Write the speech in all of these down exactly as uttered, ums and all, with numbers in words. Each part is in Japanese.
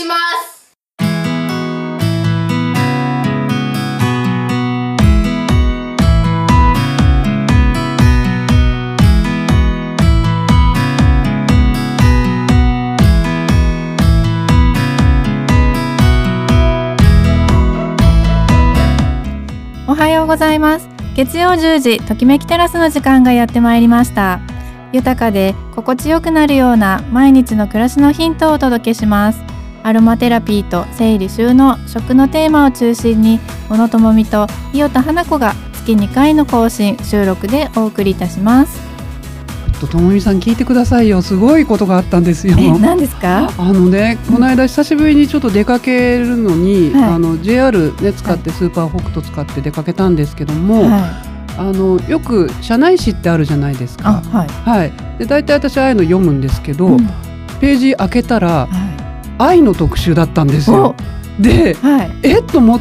します。 おはようございます。月曜じゅうじときめきテラスの時間がやってまいりました。豊かで心地よくなるような毎日の暮らしのヒントをお届けします。アロマテラピーと整理収納、食のテーマを中心に小野智美と伊予田花子が月にかいの更新収録でお送りいたします。 ともみさん聞いてくださいよ。すごいことがあったんですよ。 え、何ですか？ あのね、この間久しぶりにちょっと出かけるのに、はい、あの ジェイアール で使って、はい、スーパー北斗使って出かけたんですけども、はい、あのよく車内誌ってあるじゃないですか。はいはい、で大体私ああいうの読むんですけど、うん、ページ開けたら、はい、愛の特集だったんですよ。で、はい、えっと思って、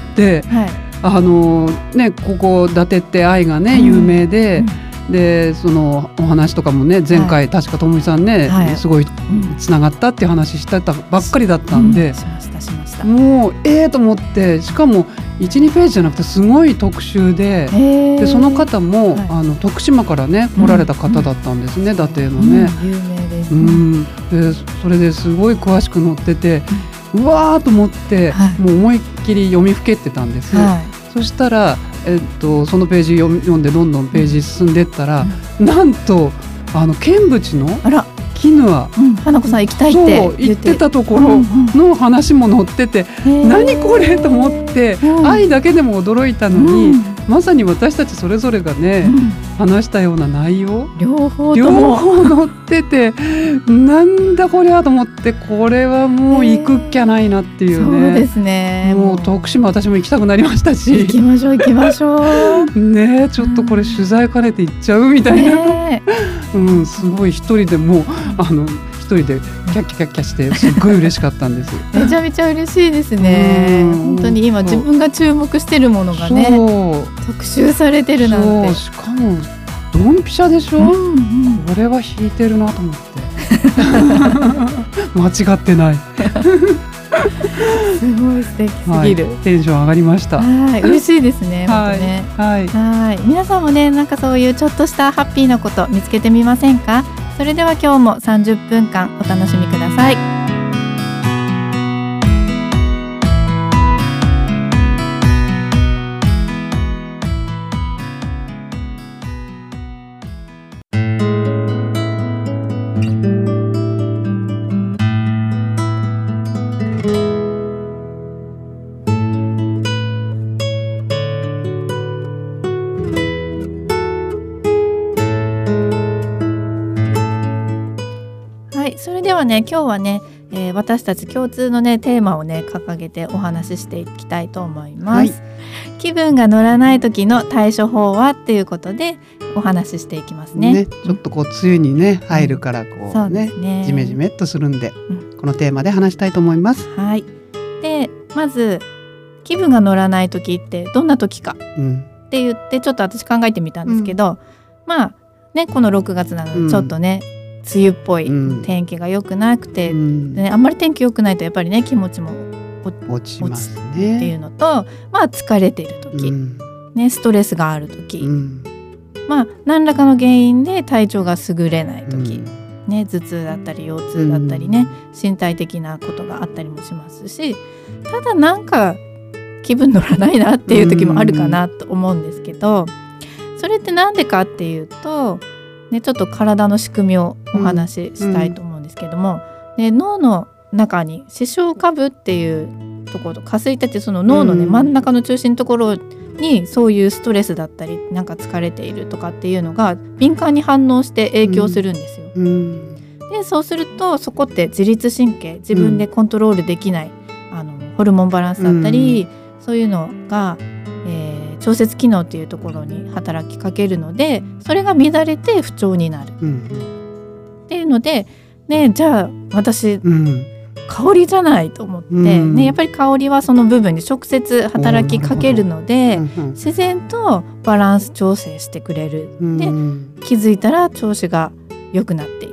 はい、あのね、ここ伊達って愛がね、うん、有名で、うんでそのお話とかもね前回、はい、確かともみさんね、はい、すごいつながったっていう話してたばっかりだったんで、うん、しましたしましたもうえーと思って、しかも いち,に ページじゃなくてすごい特集 で, でその方も、はい、あの徳島からね来られた方だったんですね、うん、伊達のね、 うん、有名です、 うん、でそれですごい詳しく載ってて、うん、うわーと思って、はい、もう思いっきり読みふけってたんです、はい、そしたらえっと、そのページ読んでどんどんページ進んでいったら、うん、なんとあの剣淵のキヌア、 うん、花子さん行きたいってそう言ってたところの話も載ってて、うんうん、何これと思って、うん、愛だけでも驚いたのに、うん、まさに私たちそれぞれがね、うん、話したような内容両方両方載っててなんだこれはと思って、これはもう行くっきゃないなっていうね。 そうですね。 もう徳島私も行きたくなりましたし、 行きましょう行きましょうね、ちょっとこれ取材兼ねて行っちゃうみたいな、ねうん、すごい一人でもうあの一人でキャッキャキャッキャしてすっごい嬉しかったんですめちゃめちゃ嬉しいですね。本当に今自分が注目してるものがね特集されてるなんて。 そうしかもドンピシャでしょ、うんうん、これは引いてるなと思って間違ってないすごい素敵すぎる、 はい、テンション上がりました。 はい、嬉しいですね。 はい、 本当ね、 はい、 はい、皆さんもね、なんかそういうちょっとしたハッピーなこと見つけてみませんか？それでは今日もさんじゅっぷんかんお楽しみください。それではね、今日はね、えー、私たち共通のねテーマをね掲げてお話ししていきたいと思います、はい、気分が乗らない時の対処法はっていうことでお話ししていきます ね, ねちょっとこう梅雨にね入るからこう、うん、ね, ねジメジメっとするんで、うん、このテーマで話したいと思います。 はい。でまず気分が乗らない時ってどんな時かって言ってちょっと私考えてみたんですけど、うん、まあねこのろくがつなのでちょっとね、うん梅雨っぽい、うん、天気が良くなくて、うんでね、あんまり天気良くないとやっぱりね気持ちも落ちますねっていうのと、まあ、疲れている時、うんね、ストレスがある時、うん、まあ何らかの原因で体調が優れない時、うんね、頭痛だったり腰痛だったりね、うん、身体的なことがあったりもしますし、ただなんか気分乗らないなっていう時もあるかなと思うんですけど、それってなんでかっていうとね、ちょっと体の仕組みをお話ししたいと思うんですけども、うん、で脳の中に視床下部っていうところと下垂体ってその脳の、ねうん、真ん中の中心のところにそういうストレスだったりなんか疲れているとかっていうのが敏感に反応して影響するんですよ、うん、でそうするとそこって自律神経自分でコントロールできない、うん、あのホルモンバランスだったり、うん、そういうのが、えー調節機能っていうところに働きかけるのでそれが乱れて不調になる、うん、っていうので、ね、じゃあ私、うん、香りじゃないと思って、うんね、やっぱり香りはその部分に直接働きかけるので、うん、自然とバランス調整してくれる、うん、で気づいたら調子が良くなっていく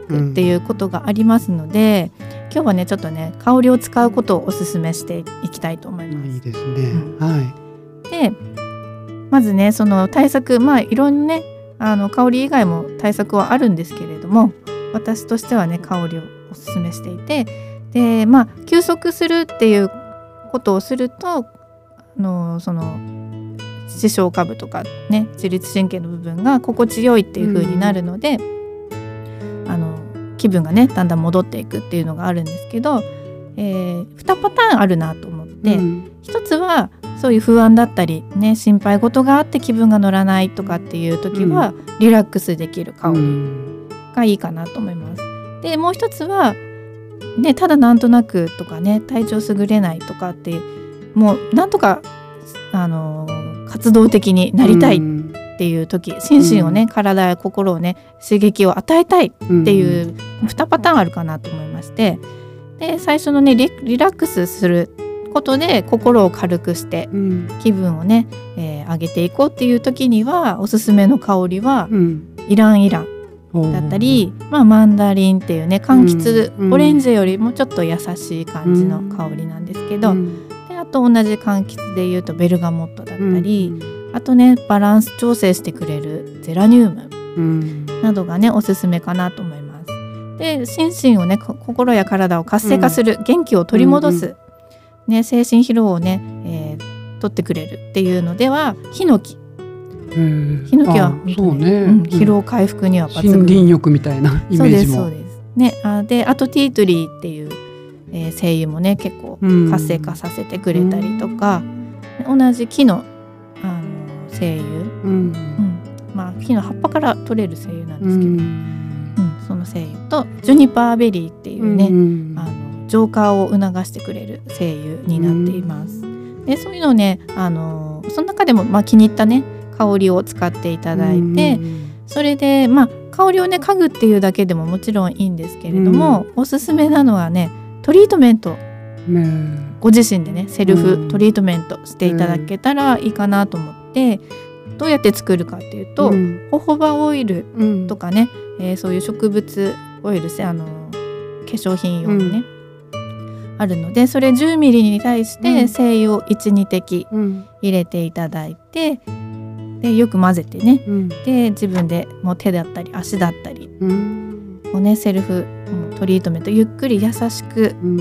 くっていうことがありますので、うん、今日はねちょっとね香りを使うことをお勧めしていきたいと思います。 いいですね、うん、はい。 でまずねその対策、まあいろんなねあの香り以外も対策はあるんですけれども、私としてはね香りをお勧めしていて、でまあ休息するっていうことをするとあのその視床下部とかね自律神経の部分が心地よいっていう風になるので、うん、あの気分がねだんだん戻っていくっていうのがあるんですけど、えー、にパターンあるなと思って、うん、一つはそういう不安だったりね心配事があって気分が乗らないとかっていう時は、うん、リラックスできる香りがいいかなと思います。でもう一つはねただなんとなくとかね体調優れないとかってもうなんとかあの活動的になりたいっていう時、うん、心身をね、うん、体や心をね刺激を与えたいっていうにパターンあるかなと思いまして、で最初のね リ, リラックスすることで心を軽くして気分をね、えー、上げていこうっていう時にはおすすめの香りは、うん、イランイランだったり、まあ、マンダリンっていうね柑橘、うん、オレンジよりもちょっと優しい感じの香りなんですけど、うん、であと同じ柑橘でいうとベルガモットだったり、うん、あとねバランス調整してくれるゼラニウムなどがねおすすめかなと思います。で心身をね心や体を活性化する、うん、元気を取り戻す、うんね、精神疲労をね、えー、取ってくれるっていうのではヒノキヒノキは本当に、ねうん、疲労回復には抜群、 森林浴みたいなイメージもそうですそうです、ね、あであとティートリーっていう、えー、精油もね結構活性化させてくれたりとか、うん、同じ木の、あの精油、うんうんまあ、木の葉っぱから取れる精油なんですけど、うんうん、その精油とジュニパーベリーっていうね、うん、あの浄化を促してくれる精油になっています、うん、でそういうのをね、あのその中でも、まあ、気に入ったね香りを使っていただいて、うん、それで、まあ、香りをね嗅ぐっていうだけでももちろんいいんですけれども、うん、おすすめなのはねトリートメント、うん、ご自身でねセルフトリートメントしていただけたらいいかなと思って、うん、どうやって作るかっていうと、うん、ホホバオイルとかね、うんえー、そういう植物オイルあの化粧品用のね、うんあるのでそれじゅうミリに対して精油を いち,に 滴入れていただいて、でよく混ぜてね、うん、で自分でもう手だったり足だったり、うん、をねセルフトリートメントゆっくり優しく、うん、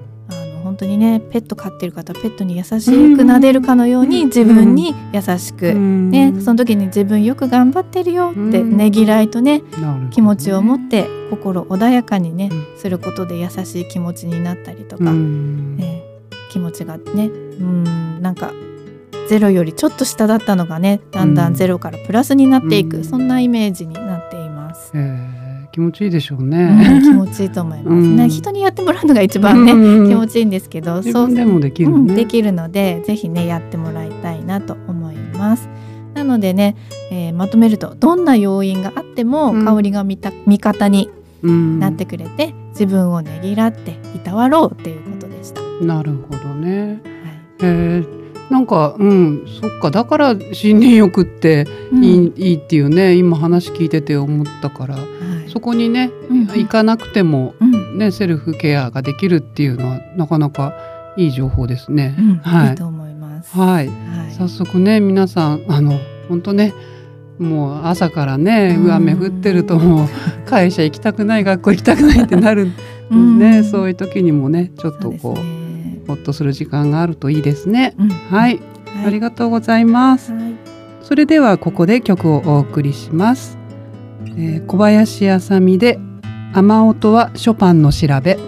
あの本当にねペット飼ってる方はペットに優しく撫でるかのように自分に優しく、うんね、その時に自分よく頑張ってるよってねぎらいとね、うん、気持ちを持って心穏やかにね、うん、することで優しい気持ちになったりとか、うんね、気持ちがねうんなんかゼロよりちょっと下だったのがねだんだんゼロからプラスになっていく、うん、そんなイメージになっています、えー、気持ちいいでしょうね、 うん、気持ちいいと思います、うんね、人にやってもらうのが一番ね、うん、気持ちいいんですけど自分でもできるね、 うん、できるのでぜひねやってもらいたいなと思います。なのでね、えー、まとめるとどんな要因があっても香りが味た、うん、味方になってくれて、うん、自分をねぎらっていたわろうっていうことでした。 なるほどね、はいえーなんかうんそっかだから森林浴っていい、うん、いいっていうね今話聞いてて思ったから、はい、そこにね、うん、行かなくても、ねうん、セルフケアができるっていうのはなかなかいい情報ですね、 うんはい、いいと思います、 はいはい、早速ね皆さんあの本当ねもう朝からね雨降ってるともう会社行きたくない学校行きたくないってなるねそういう時にもねちょっとこうほっとする時間があるといいですね、うんはい、はい、ありがとうございます、はい、それではここで曲をお送りします、えー、小林あさみで雨音はショパンの調べ。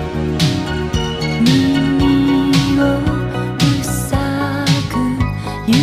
耳をうさく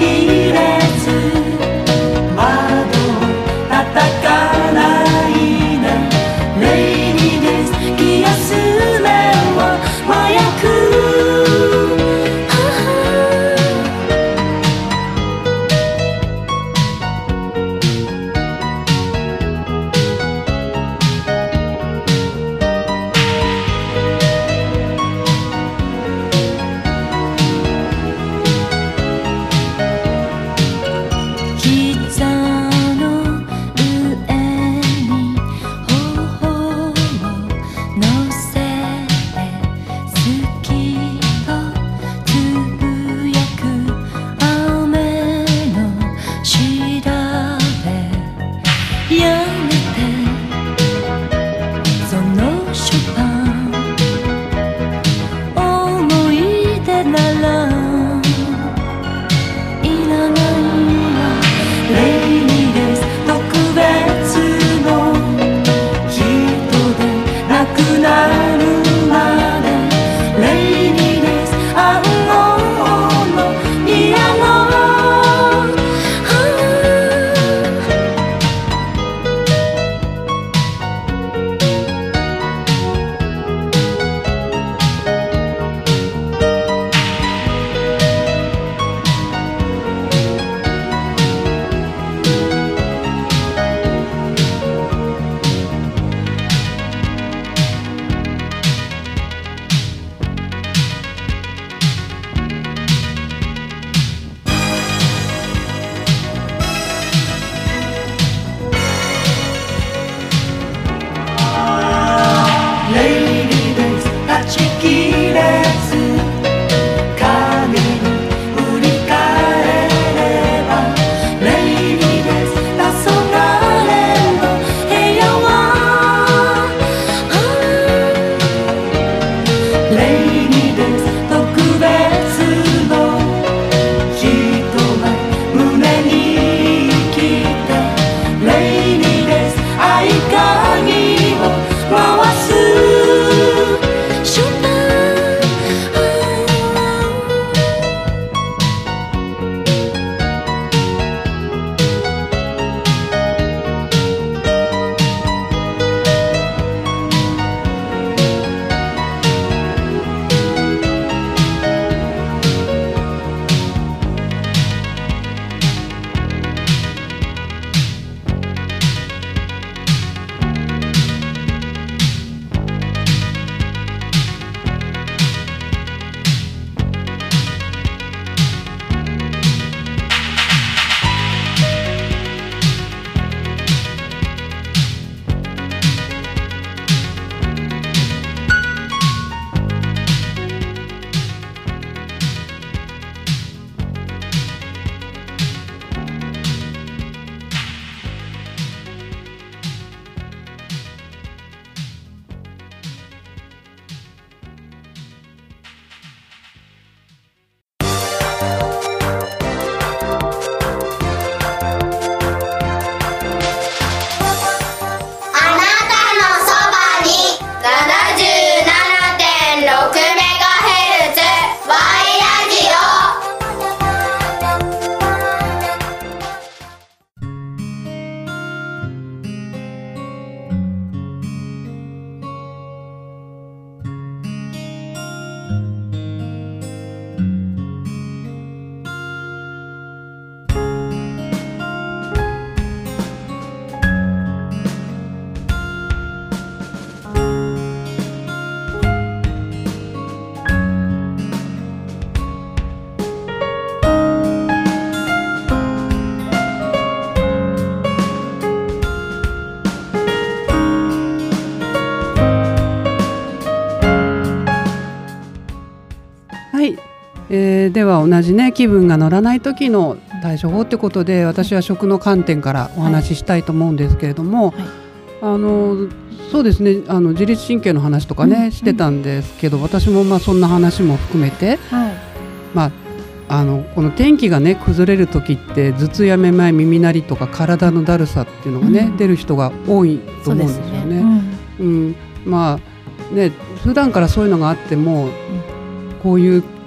えー、では同じね気分が乗らない時の対処法ってことで、私は食の観点からお話ししたいと思うんですけれども、はいはい、あのそうですね、あの自律神経の話とかね、うん、してたんですけど、私もまあそんな話も含めて、はい、まああのこの天気がね崩れる時って頭痛やめまい、耳鳴りとか体のだるさっていうのがね、うん、出る人が多いと思うんですよね。うんうん、まあね普段からそういうのがあっても、うん、こういう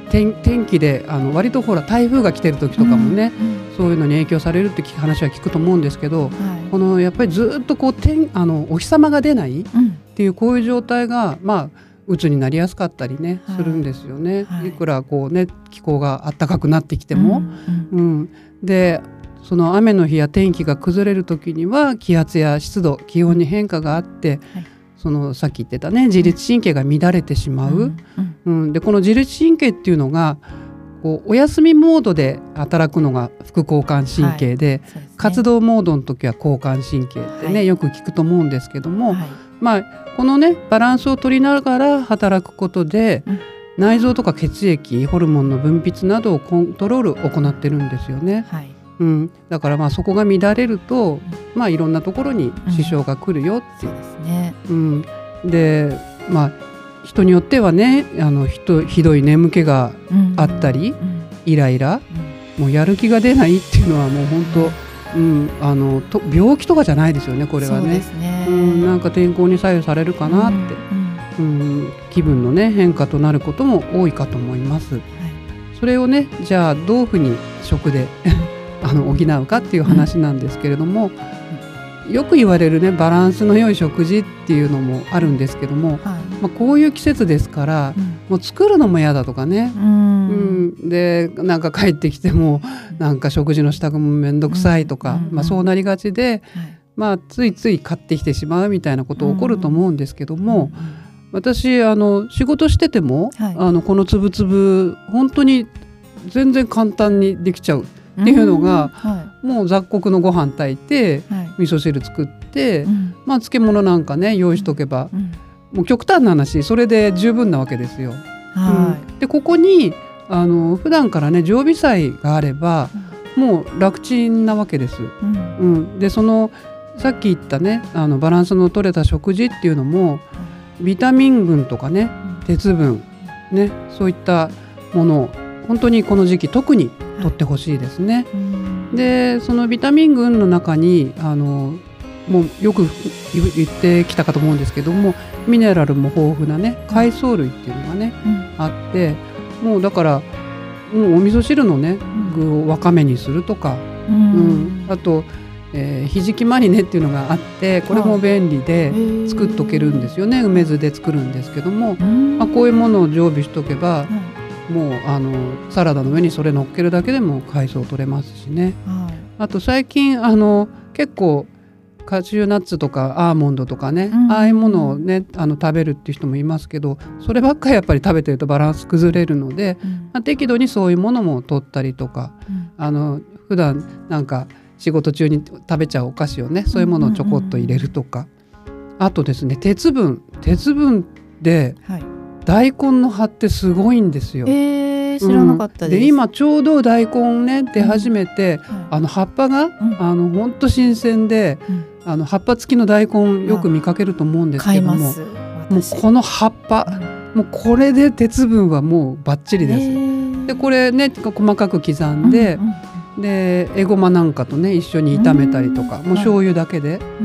天, 天気であの割とほら台風が来てる時とかもね、うんうん、そういうのに影響されるって話は聞くと思うんですけど、はい、このやっぱりずっとこう天あのお日様が出ないっていうこういう状態が、まあ鬱になりやすかったりね、はい、するんですよね、はい、いくらこう、ね、気候が暖かくなってきても、うんうんうん、でその雨の日や天気が崩れる時には気圧や湿度気温に変化があって、はい、そのさっき言ってたね自律神経が乱れてしまう、うんうんうん、でこの自律神経っていうのがこうお休みモードで働くのが副交感神経 で,、はい、でね、活動モードの時は交感神経ってね、はい、よく聞くと思うんですけども、はい、まあ、このねバランスを取りながら働くことで、うん、内臓とか血液ホルモンの分泌などをコントロールを行ってるんですよね、はい、うん、だからまあそこが乱れると、うん、まあいろんなところに支障が来るよっていう、うん、そうですね、うん、でまあ人によってはねあのひどひどい眠気があったり、うんうん、イライラ、うん、もうやる気が出ないっていうのはもう本当、うん、あのと病気とかじゃないですよねこれはね。そうですね、うん、なんか天候に左右されるかなって、うんうんうん、気分のね変化となることも多いかと思います、はい、それをねじゃあどういうふうに食であの補うかっていう話なんですけれども、うん、よく言われるねバランスの良い食事っていうのもあるんですけども、はい、まあ、こういう季節ですから、うん、もう作るのも嫌だとかね、うんうん、でなんか帰ってきてもなんか食事の支度もめんどくさいとか、うん、まあ、そうなりがちで、うん、まあ、ついつい買ってきてしまうみたいなこと起こると思うんですけども、うん、私あの仕事してても、はい、あのこのつぶつぶ本当に全然簡単にできちゃうっていうのが、うん、はい、もう雑穀のご飯炊いて、はい、味噌汁作って、うん、まあ、漬物なんかね用意しとけば、うん、もう極端な話それで十分なわけですよ、はい、うん、でここにあの普段からね常備菜があれば、うん、もう楽ちんなわけです、うんうん、でそのさっき言ったねあのバランスの取れた食事っていうのも、うん、ビタミン群とかね、うん、鉄分、ね、そういったものを本当にこの時期特に取ってほしいですね、はい、でそのビタミン群の中にあのもうよく言ってきたかと思うんですけどもミネラルも豊富なね海藻類っていうのがね、うん、あってもうだからもうお味噌汁のね具をわかめにするとか、うんうん、あと、えー、ひじきマリネっていうのがあってこれも便利で作っとけるんですよね、梅酢で作るんですけども、まあ、こういうものを常備しとけば、うん、もうあのサラダの上にそれ乗っけるだけでも海藻取れますしね、はい、あと最近あの結構カシューナッツとかアーモンドとかね、うん、ああいうものをねあの食べるっていう人もいますけどそればっかりやっぱり食べてるとバランス崩れるので、うん、まあ、適度にそういうものも取ったりとか、うん、あの普段なんか仕事中に食べちゃうお菓子をねそういうものをちょこっと入れるとか、うんうんうん、あとですね鉄分鉄分で、はい、大根の葉ってすごいんですよ、えー、知らなかったです、うん、で今ちょうど大根ね出始めて、うん、はい、あの葉っぱが、うん、あのほんと新鮮で、うん、あの葉っぱ付きの大根よく見かけると思うんですけども、もうこの葉っぱ、うん、もうこれで鉄分はもうバッチリです、えー、でこれね細かく刻んで、うんうん、でエゴマなんかとね一緒に炒めたりとか、うん、もう醤油だけで、うん、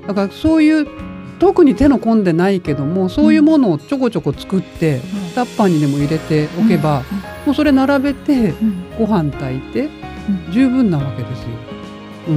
だからそういう特に手の込んでないけどもそういうものをちょこちょこ作って、うん、タッパーにでも入れておけば、うん、もうそれ並べて、うん、ご飯炊いて、うん、十分なわけですよ、うん、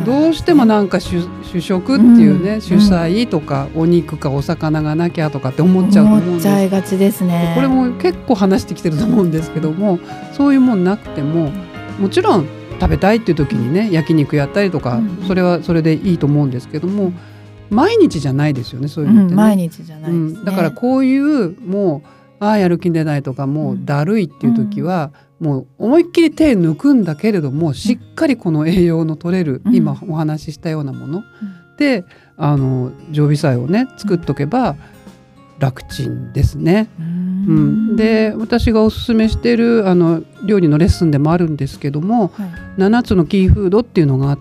どうしてもなんか 主, 主食っていうね、うん、主菜とか、うん、お肉かお魚がなきゃとかって思っちゃうと思うんです。 思っちゃいがちですね。 これも結構話してきてると思うんですけどもそういうもんなくてももちろん食べたいっていう時にね焼肉やったりとか、うん、それはそれでいいと思うんですけども毎日じゃないですよねそういうのってね、うん、毎日じゃないですね、うん、だからこういうもうああやる気出ないとかもうだるいっていう時は、うん、もう思いっきり手抜くんだけれどもしっかりこの栄養の取れる、うん、今お話ししたようなもの、うん、であの常備菜をね作っとけば楽ちんですね、うんうん、で私がおすすめしているあの料理のレッスンでもあるんですけども、はい、ななつのキーフードっていうのがあって、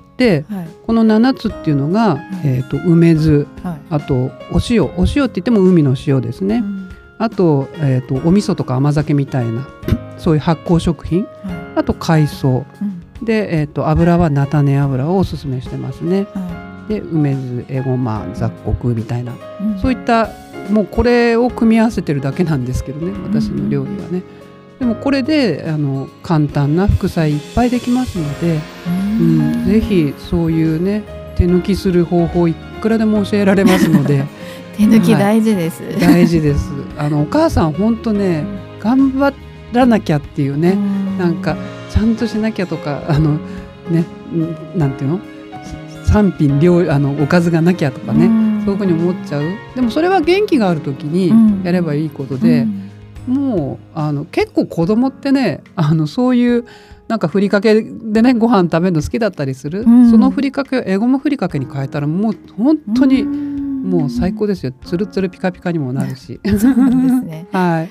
はい、このななつっていうのが、はい、えーと、梅酢、はい、あとお塩お塩って言っても海の塩ですね、うん、あと、えーと、お味噌とか甘酒みたいなそういう発酵食品、はい、あと海藻、うん、で、えーと、油は菜種油をおすすめしてますね、はい、で梅酢エゴマ雑穀みたいな、うん、そういったもうこれを組み合わせてるだけなんですけどね私の料理はね、 でもこれであの簡単な副菜いっぱいできますので、うん、ぜひそういうね手抜きする方法いくらでも教えられますので手抜き大事です、はい、 大事です。あのお母さん本当ね頑張らなきゃっていうね、んなんかちゃんとしなきゃとかあのねなんていうの三品料あのおかずがなきゃとかね、そういうふうに思っちゃう。でもそれは元気がある時にやればいいことで、もうあの結構子供ってねあのそういうなんかふりかけでねご飯食べるの好きだったりする、うん、そのふりかけをエゴマふりかけに変えたらもう本当にもう最高ですよ。つるつるピカピカにもなるしそうなんですねはい、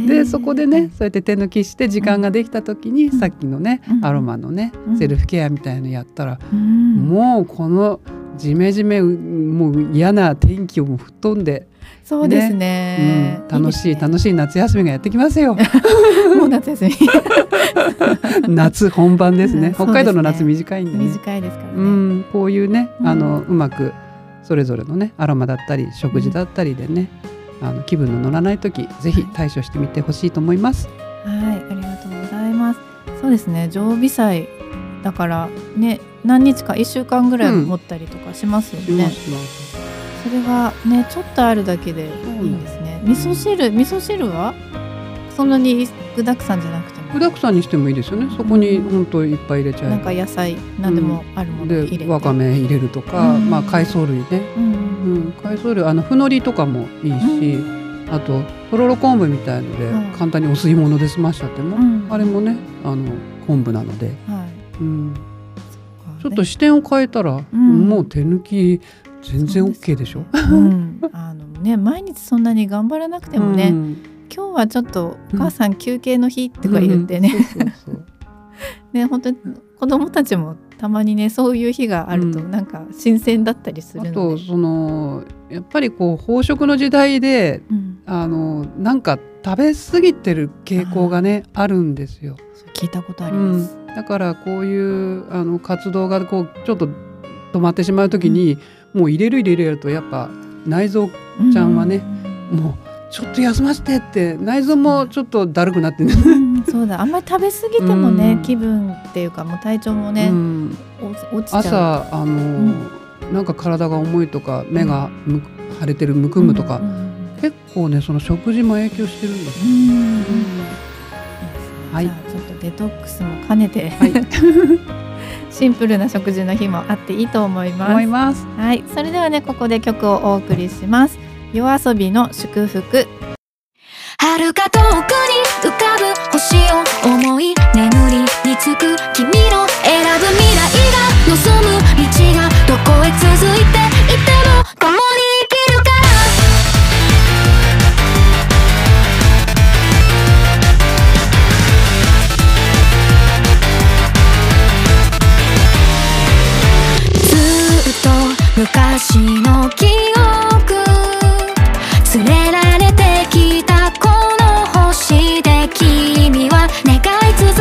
でそこでねそうやって手抜きして時間ができた時に、うん、さっきのね、うん、アロマのね、うん、セルフケアみたいのやったら、うん、もうこのジメジメもう嫌な天気をも吹っ飛んでそうですね、 うん、楽しい、いいですね、楽しい夏休みがやってきますよもう夏休み夏本番ですね。北海道の夏短いんでね、 短いですからね、 うん、こういうねあの、うん、うまくそれぞれのねアロマだったり食事だったりでね、うん、あの気分の乗らない時ぜひ対処してみてほしいと思います。 はい、ありがとうございます。そうですね、常備菜だからね何日かいっしゅうかんぐらい持ったりとかしますよね、うん、しますします。それがねちょっとあるだけでいいんですね、うん、味噌汁味噌汁はそんなに具沢山じゃなくても具沢山にしてもいいですよね。そこに本当いっぱい入れちゃえば、 なんか野菜何でもあるもの入れて、 うん、でわかめ入れるとか、うん、まあ海藻類ね、うんうん、海藻類あのふのりとかもいいし、うん、あととろろ昆布みたいので、うん、簡単にお吸い物で済ましちゃっても、うん、あれもねあの昆布なので、はいうん、ちょっと視点を変えたら、うん、もう手抜き全然 OK でしょ。 う、うん、あのね毎日そんなに頑張らなくてもね、うん、今日はちょっとお母さん休憩の日とか言ってね、ね本当に子どもたちもたまにねそういう日があるとなんか新鮮だったりするので、 あとそのやっぱりこう飽食の時代で、うん、あのなんか食べ過ぎてる傾向がね あ, あるんですよ。 聞いたことあります、 うん、だからこういうあの活動がこうちょっと止まってしまうときに、うん、もう入れる入れるとやっぱ内臓ちゃんはね、うん、もうちょっと休ませてって内臓もちょっとだるくなってね、 うん、そうだあんまり食べ過ぎてもね、うん、気分っていうかもう体調もね、うん、落ちちゃう。 朝あの、うん、なんか体が重いとか目がむ腫れてるむくむとか、うん、結構ねその食事も影響してるんですよ、うんうんはい、じゃあちょっとデトックスも兼ねて、はいシンプルな食事の日もあっていいと思います。 思います。 はい、それではねここで曲をお送りします。YOASOBIの祝福。 遥か遠くに浮かぶ星を思い眠りにつく君の選ぶ未来が望む道がどこへ続いていても共に生きるから。昔の記憶連れられてきたこの星で君は願い続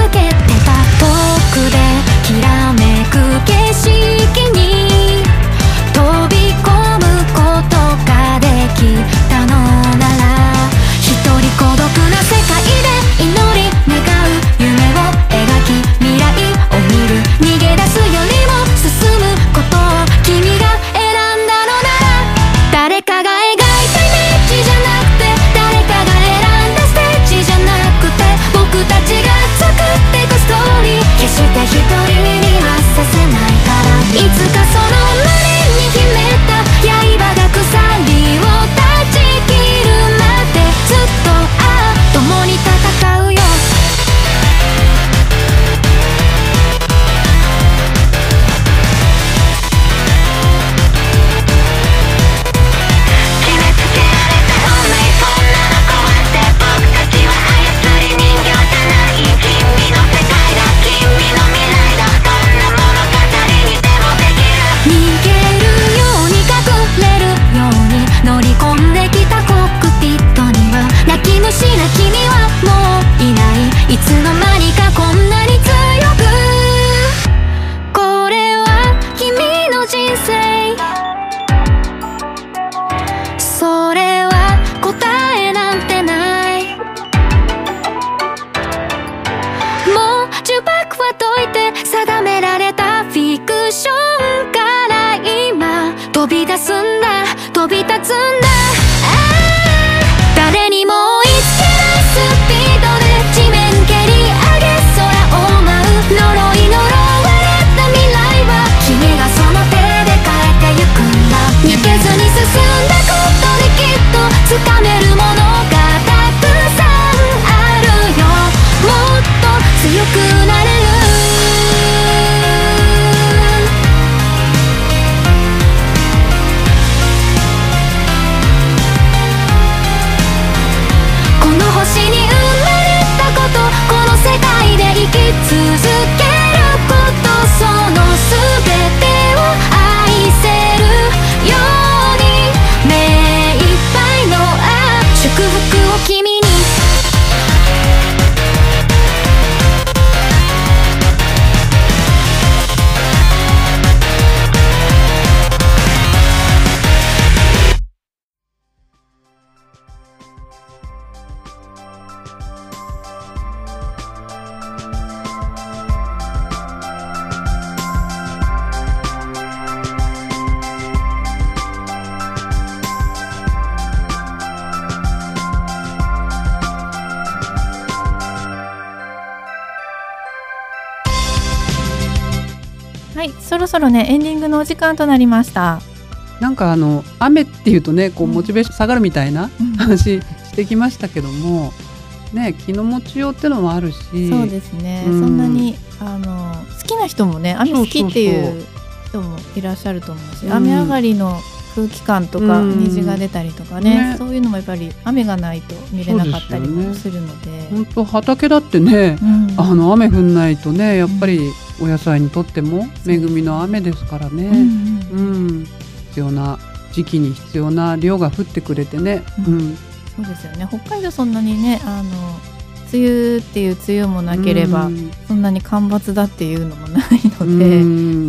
そろそろねエンディングのお時間となりました。 なんかあの雨っていうとねこうモチベーション下がるみたいな話してきましたけども、ね、気の持ちようってのもあるし、 そうですね、うん、そんなにあの好きな人もね雨好きっていう人もいらっしゃると思うし、うん、雨上がりの空気感とか虹が出たりとかね、うんね、そういうのもやっぱり雨がないと見れなかったりもするので、 本当、ね、畑だってね、うん、あの雨降んないとねやっぱりお野菜にとっても恵みの雨ですからね、うんうんうん、必要な時期に必要な量が降ってくれてね、うんうん、 そうですよね。北海道そんなにねあの梅雨っていう梅雨もなければ、うん、そんなに干ばつだっていうのもないので、うん、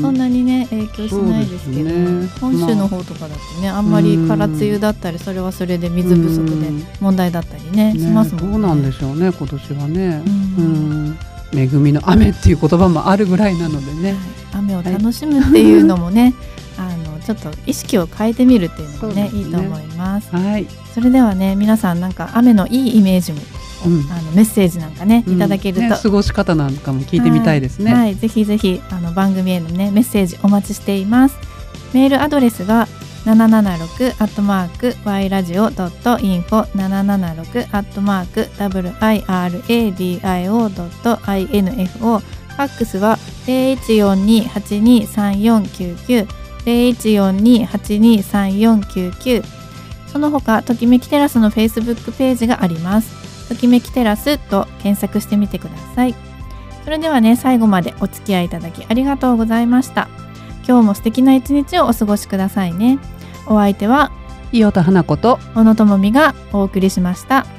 そんなにね影響しないですけど、ね、本州の方とかだとねあんまり空梅雨だったりそれはそれで水不足で問題だったりね、うん、しますもんね。 どうなんでしょうね今年はね、うん、恵みの雨っていう言葉もあるぐらいなのでね、はい、 雨を楽しむっていうのもね、はい、あのちょっと意識を変えてみるっていうのも ね, ねいいと思います、はい、それではね皆さんなんか雨のいいイメージもうん、あのメッセージなんかねいただけると、うんね、 過ごし方なんかも聞いてみたいですね。 はいはい、ぜひぜひあの番組への、ね、メッセージお待ちしています。メールアドレスがななななろくアットマークワイラジオドットインフォ ななななろくアットマークダブリューアイアールエーディーアイオードットインフォ、ファックスはゼロいちよんにはちにさんよんきゅうきゅう ゼロいちよんにはちにさんよんきゅうきゅう、その他ときめきテラスのフェイスブックページがあります。ときめきテラスと検索してみてください。それではね最後までお付き合いいただきありがとうございました。今日も素敵な一日をお過ごしくださいね。お相手は伊予田花子と小野智美がお送りしました。